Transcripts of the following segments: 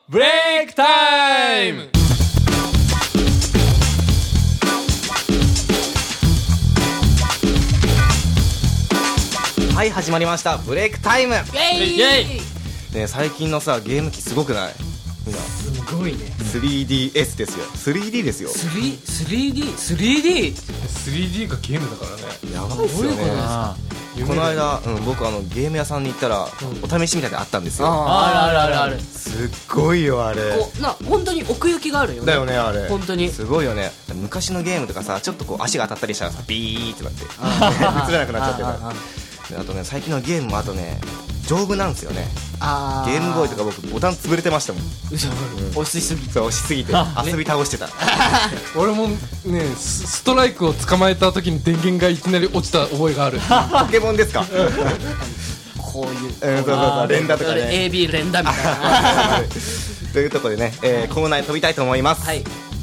ブレイクタイム。 はい、始まりましたブレイクタイム。 イエイ。 ね、最近のさゲーム機すごくない？みんなすごいね。 3DS ですよ。 3D ですよ。 3D がゲームだからね。 やばいっすよね。この間、僕ゲーム屋さんに行ったら、お試しみたいなのあったんですよ。 あるすっごいよあれ。 こう本当に奥行きがあるよね。 だよねあれ。 本当にすごいよね。昔のゲームとかさ、ちょっとこう足が当たったりしたらさビーってなって映れなくなっちゃってた。あとね、最近のゲームもあとね丈夫なんですよね。ゲームボーイとか僕ボタン潰れてましたもん。 押しすぎそう、押しすぎて遊び倒してた。 俺もね、ストライクを捕まえた時に電源がいきなり落ちた覚えがある。 ポケモンですか？ こういうそう連打とかね。 AB 連打みたいな。 というところでね、コーナーに飛びたいと思います。 はい。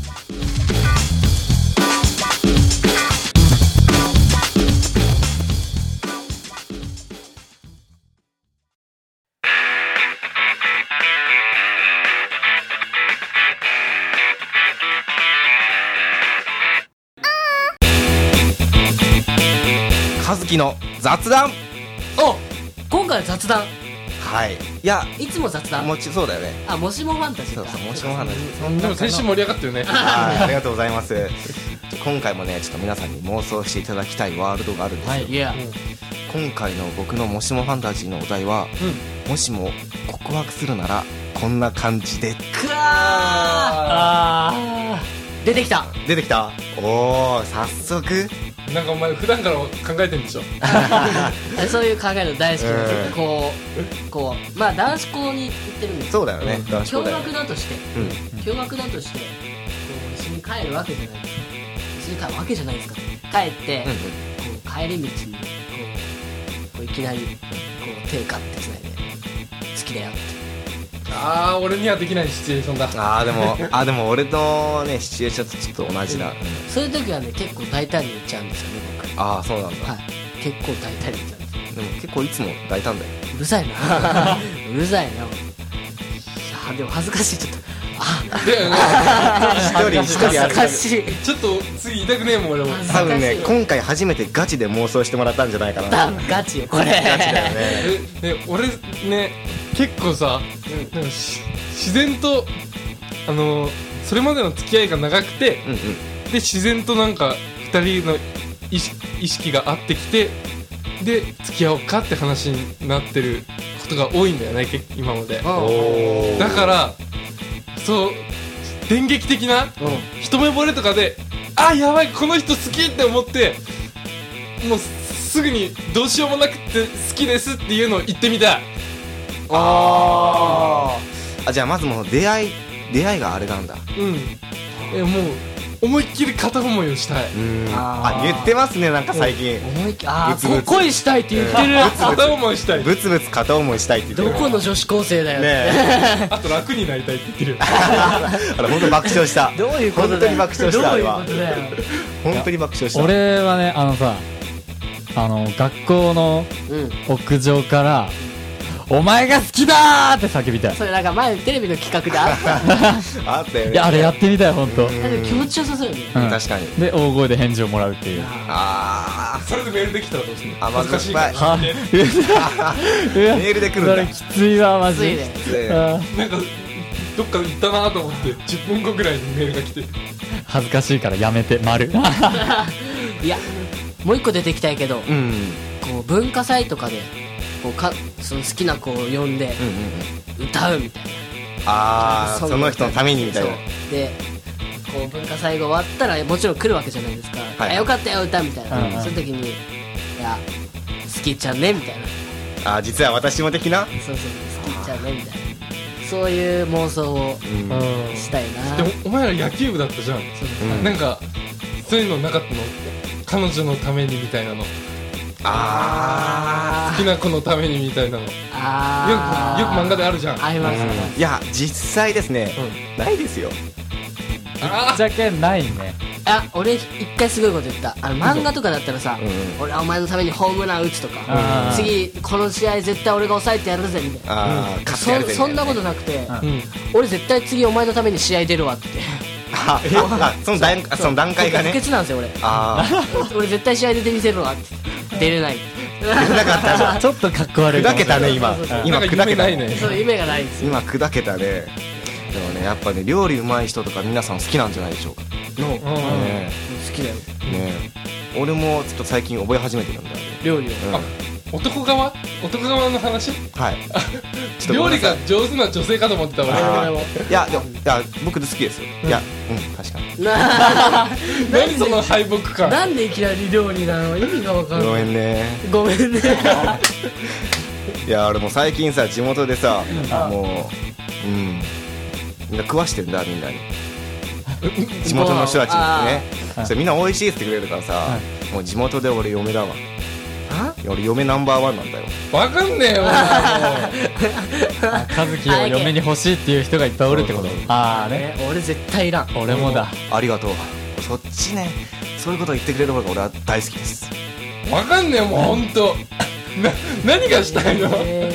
和樹の雑談。 お、今回は雑談。 はい。いや、 いつも雑談。 そうだよね。 もしもファンタジーか。 そうそう、もしも話。 でも先週盛り上がったよね。 はい、ありがとうございます。今回もね、ちょっと皆さんに妄想していただきたいワールドがあるんですよ。 いや、 今回の僕のもしもファンタジーのお題は、もしも告白するならこんな感じで。 くわー、出てきた。 おー、早速。 なんかお前普段から考えてんでしょ。 そういう考えるの大好きなんですよ。こうまあ男子校に行ってるんです。 そうだよね。 共学だとしてこう一緒に帰るわけじゃないですか。帰ってこう帰り道にこういきなりこう手かってつないで好きだよって。 俺にはできないシチュエーションだ。 でも俺のねシチュエーションとちょっと同じだ。 そういう時はね結構大胆に言っちゃうんですよね、僕。 そうなんだ。 はい、結構大胆に言っちゃうんですよ。 でも結構いつも大胆だよ。 うるさいな。うるさいな。いやでも恥ずかしい。ちょっと一人恥ずかしい。 ちょっと次言いたくねえもん俺も。 多分ね、今回初めてガチで妄想してもらったんじゃないかな。 ガチよこれ。 ガチだよね。 俺ね結構さ、なんか自然とそれまでの付き合いが長くて、で自然となんか2人の意識が合ってきて、で付き合おうかって話になってることが多いんだよね、今まで。だからそう電撃的な一目惚れとかで、やばいこの人好きって思って、もうすぐにどうしようもなくて好きですっていうのを言ってみたい。 じゃあまずもう出会いがあれなんだ。 もう思いっきり片思いをしたい。 言ってますね、なんか最近。 恋したいって言ってる。 片思いしたい。 ブツブツ片思いしたいって言ってる。 どこの女子高生だよね。 あと楽になりたいって言ってる。 本当に爆笑した。 どういうことだよ。 本当に爆笑した。 どういうことだよ。 本当に爆笑した。 俺はね、学校の屋上からお前が好きだーって叫びたい。 それなんか前テレビの企画であった。 あったよね。 いや、あれやってみたい、ほんと。 気持ちよさそうよね。 確かに。 で、大声で返事をもらうっていう。 それでメールできたらどうするの？ 恥ずかしいから。 メールで来るんだ。 それきついわ、マジ。 なんかどっか行ったなと思って10分後ぐらいにメールが来て、 恥ずかしいからやめて、丸。 いや、もう一個出てきたいけど、こう文化祭とかでその好きな子を呼んで歌うみたいな。 その人のためにみたいな。 でこう文化祭が終わったらもちろん来るわけじゃないですか。よかったよ歌みたいな。その時にいや好きちゃんねみたいな。 実は私も的な。 そう好きちゃんねみたいな。そういう妄想をしたいな。 でもお前ら野球部だったじゃん。なんかそういうのなかったの？彼女のためにみたいなの。好きな子のためにみたいなの。よく漫画であるじゃん。 あります。 いや実際ですね、ないですよ。 ぶっちゃけないね。 俺一回すごいこと言った。漫画とかだったらさ、俺はお前のためにホームラン打つとか、次この試合絶対俺が抑えてやるぜみたいな。そんなことなくて、俺絶対次お前のために試合出るわって。 その段階がね。 不潔なんですよ俺。俺絶対試合出てみせるわって。出れない。 出なかった。 ちょっとかっこ悪い。 砕けたね今砕けたね。 そう夢がないんですよ。 今砕けたね。でもねやっぱね料理うまい人とか皆さん好きなんじゃないでしょうか。 好きだよね。俺もちょっと最近覚え始めてるんだよ料理を。 男側の話。 はい。 料理が上手な女性かと思ってた俺。 いや僕好きですよ。いや確かに。 何その敗北感。 なんでいきなり料理なの意味が分かんない。ごめんね。 いや俺も最近さ地元でさもうみんな食わしてんだみんなに。地元の人たちにね。みんな美味しいって言ってくれるからさもう地元で俺嫁だわ。俺嫁ナンバーワンなんだよ。 わかんねえよ。 和樹を嫁に欲しいっていう人がいっぱいおるってこと。 俺絶対いらん。 俺もだ。 ありがとう。そっちねそういうことを言ってくれる方が俺は大好きです。 わかんねえもうほんと。何がしたいの。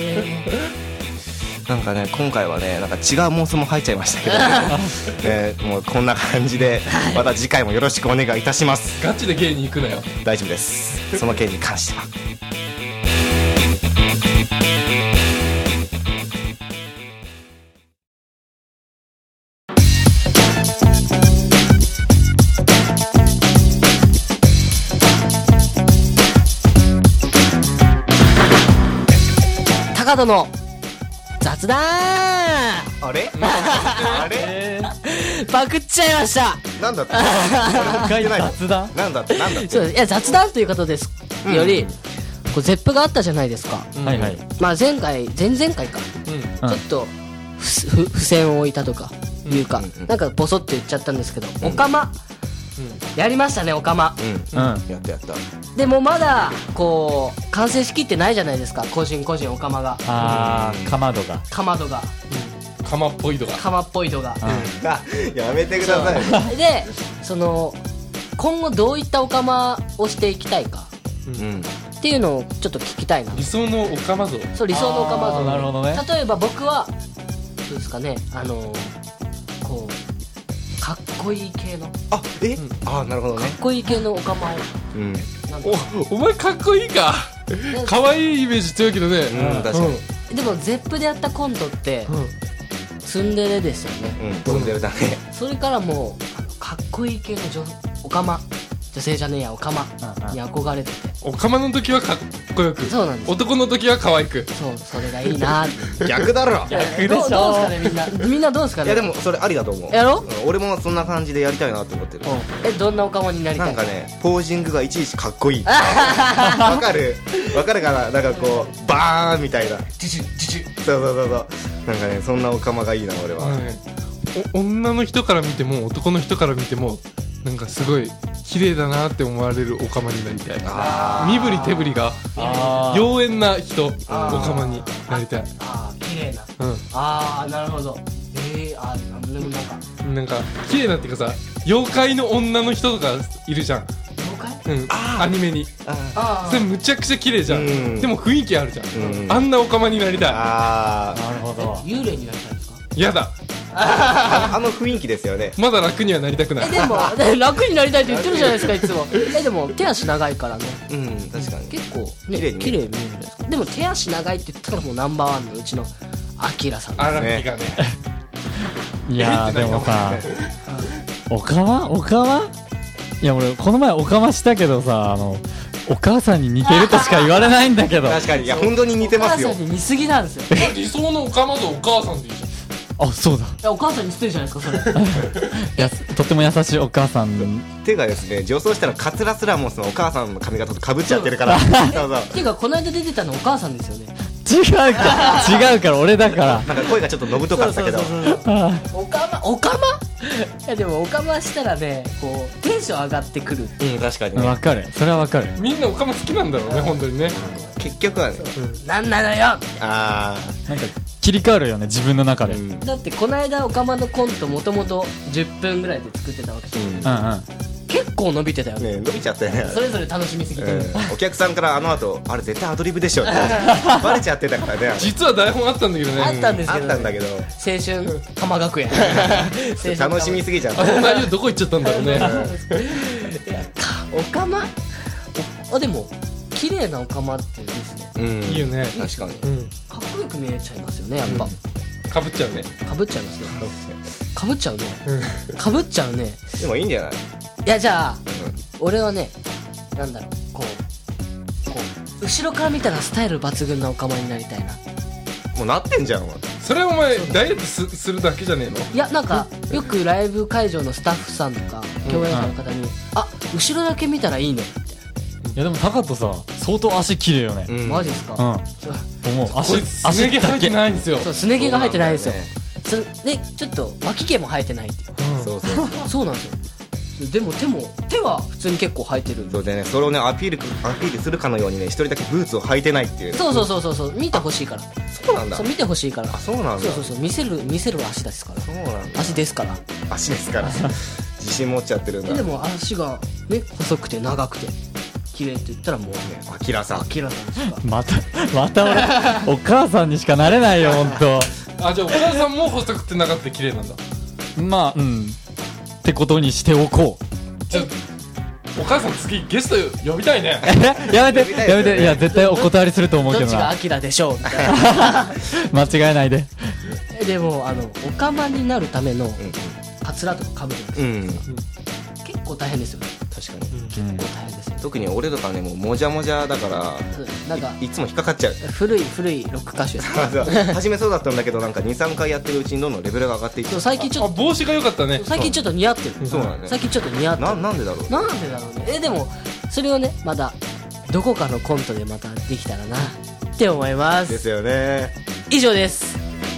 なんかね今回はねなんか違う妄想も入っちゃいましたけどもうこんな感じでまた次回もよろしくお願いいたします。 ガチで芸に行くなよ。 大丈夫です。その件に関しては。 高田の雑談。 あれパクっちゃいました。 なんだって雑談なんだってそうです。いや雑談ということですよりこうゼップがあったじゃないですか。 はいはい。 まあ前々回かちょっと付箋を置いたとかいうかなんかボソって言っちゃったんですけどオカマやりましたね。オカマやったでもまだこう完成しきってないじゃないですか。個人オカマがかまどが釜っぽい度が釜っぽい度がやめてください。 でその今後どういったオカマをしていきたいかっていうのをちょっと聞きたいな。 理想のオカマ像。 そう理想のオカマ像。 なるほどね。 例えば僕はどうですかねこうかっこいい系のなるほどね。 かっこいい系のオカマをお前かっこいいか。可愛いイメージ強いけどね。 確かに。 でもゼップでやったコントってツンデレですよね。 ツンデレだね。 それからもうかっこいい系のオカマ女性じゃねえやオカマに憧れててオカマの時はかっこよくそうなんです。 男の時は可愛くそうそれがいいなって。 逆だろ。 逆でしょ。どうですかねみんなどうですかね。 いやでもそれありだと思う。 やろ俺もそんな感じでやりたいなと思ってる。 どんなオカマになりたい。 なんかねポージングがいちいちかっこいい。わかるかな。なんかこうバーンみたいな。そうなんかねそんなオカマがいいな俺は。 女の人から見ても男の人から見てもなんかすごい綺麗だなって思われるオカマになりたい。身振り手振りが妖艶な人オカマになりたい。 綺麗な。なるほど。でもなんか綺麗なっていうかさ妖怪の女の人とかいるじゃん。 妖怪？ アニメにそれむちゃくちゃ綺麗じゃん。でも雰囲気あるじゃん。あんなオカマになりたい。 なるほど。 幽霊になりたいですか？ やだ。 あの雰囲気ですよね。 まだ楽にはなりたくない。 でも楽になりたいって言ってるじゃないですかいつも。でも手足長いからね。 確かに結構綺麗に見えるじゃないですか。でも手足長いって言ったらもうナンバーワンのうちのアキラさんです。 アラキがね。 いやでもさオカマいや俺この前オカマしたけどさお母さんに似てるとしか言われないんだけど。 確かに。いや本当に似てますよ。 お母さんに似すぎなんですよ。 理想のオカマ像お母さんでいいじゃん。 そうだ。 いやお母さんにしてるじゃないですかそれ。 とっても優しいお母さん。 手がですね女装したらカツラすらもそのお母さんの髪型とかぶっちゃってるから。 っていうかこの間出てたのお母さんですよね。 違うから俺だからなんか声がちょっとのぶとかったけど。 オカマいやでもオカマしたらねこうテンション上がってくる。 確かにね。 わかる。それはわかる。 みんなオカマ好きなんだろうね本当にね。 結局はね。 なんなのよ。 なんか切り替わるよね自分の中で。 だってこの間オカマのコントもともと10分ぐらいで作ってたわけじゃん。 結構伸びてたよね。 伸びちゃったよね。 それぞれ楽しみすぎて、 お客さんからあの後あれ絶対アドリブでしょってバレちゃってたからね。 実は台本あったんだけどね。 あったんですけど、 あったんだけど青春玉学園楽しみすぎちゃった。 あの内容どこ行っちゃったんだろうね。 おかまでも綺麗なおかまっていいですね。 いいよね。 確かにかっこよく見えちゃいますよね、やっぱ。 かぶっちゃうね。 かぶっちゃいますね。かぶっちゃうね。かぶっちゃうね。 でもいいんじゃない？ いや、じゃあ俺はね、なんだろう、こう後ろから見たらスタイル抜群なおかまになりたいな。 もうなってんじゃん。 それお前ダイエットするだけじゃねえの？ いや、なんかよくライブ会場のスタッフさんとか共演者の方にあ、後ろだけ見たらいいねって。 いやでもタカトさ相当足綺麗よね。 マジですか？ 思う。足すね毛生えてないんですよ。 そう、すね毛が生えてないんですよ。でちょっと脇毛も生えてないっていう。そうなんですよ。でも手は普通に結構生えてるんで。 そうでね、それをねアピールするかのようにね、一人だけブーツを履いてないっていう。 そう見てほしいから。 そうなんだ。 そう見てほしいから。 そうなんだ。 そう見せる足ですから。 そうなんだ。 足ですから。 足ですから。自信持っちゃってるんだ。 でも足がね細くて長くて綺麗って言ったらもうね、 アキラさんですか。 また俺お母さんにしかなれないよ本当。 あ、じゃあお母さんも細くて長くて綺麗なんだ。 まあってことにしておこう。 じゃあお母さん次ゲスト呼びたいね。 やめていや絶対お断りすると思うけどな。 どっちがアキラでしょうみたいな。 間違えないで。 でもおかまになるためのカツラとかかぶるんですよ。結構大変ですよね。 確かに結構大変ですよ。 特に俺とかね、もうもじゃもじゃだからなんかいつも引っかかっちゃう。 古いロック歌手です。 初めそうだったんだけど、なんか 2,3 回やってるうちにどんどんレベルが上がっていって、 最近ちょっと帽子が良かったね。 最近ちょっと似合ってる。 そうなんだね。 最近ちょっと似合ってる。 なんでだろう。 なんでだろうね。でもそれをね、まだどこかのコントでまたできたらなって思いま。 ですすよね。 以上です。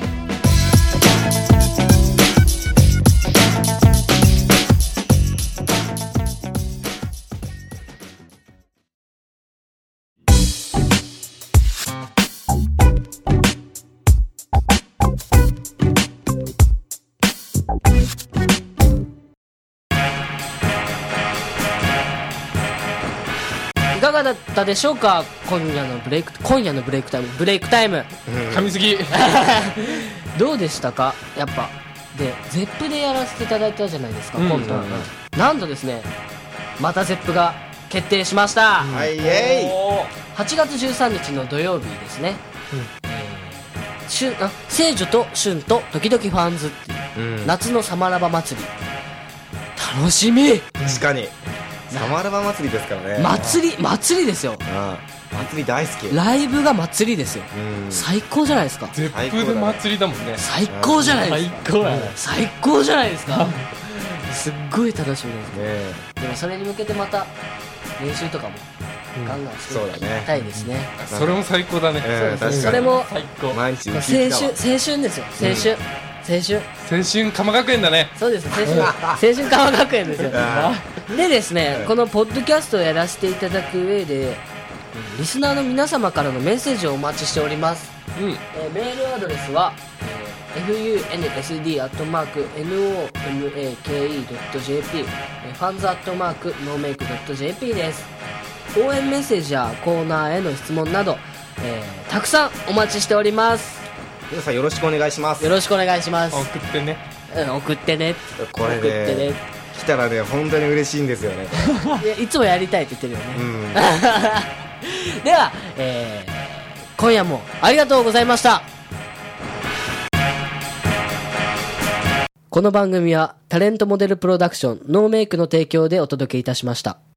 いかがだったでしょうか。今夜のブレイクタイム噛みすぎ。 どうでしたか。やっぱでゼップでやらせていただいたじゃないですか、コント。なんとですね、またゼップが決定しました。 はいイエーイ。 8月13日の土曜日ですね。聖女と春と時々ファンズっていう夏のサマラバ祭り、楽しみ。 確かにサマラバ祭りですからね。 祭りですよ。 祭り大好き。 ライブが祭りですよ。最高じゃないですか。 ゼップで祭りだもんね。 最高じゃないですか。最高じゃないですか。すっごい楽しみですね。でもそれに向けてまた練習とかもガンガンしていきたいですね。 それも最高だね。 それも毎日青春ですよ。 青春鎌学園だね。 そうです。青春鎌学園ですよ。でですね、このポッドキャストをやらせていただく上でリスナーの皆様からのメッセージをお待ちしております。メールアドレスはfunsd@nomake.jp fans@nomake.jp です。応援メッセージやコーナーへの質問など、たくさんお待ちしております。 皆さんよろしくお願いします。 よろしくお願いします。 送ってね。 送ってね。 これね来たらね本当に嬉しいんですよね。 いつもやりたいって言ってるよね。では、今夜もありがとうございました。この番組はタレントモデルプロダクションノーメイクの提供でお届けいたしました。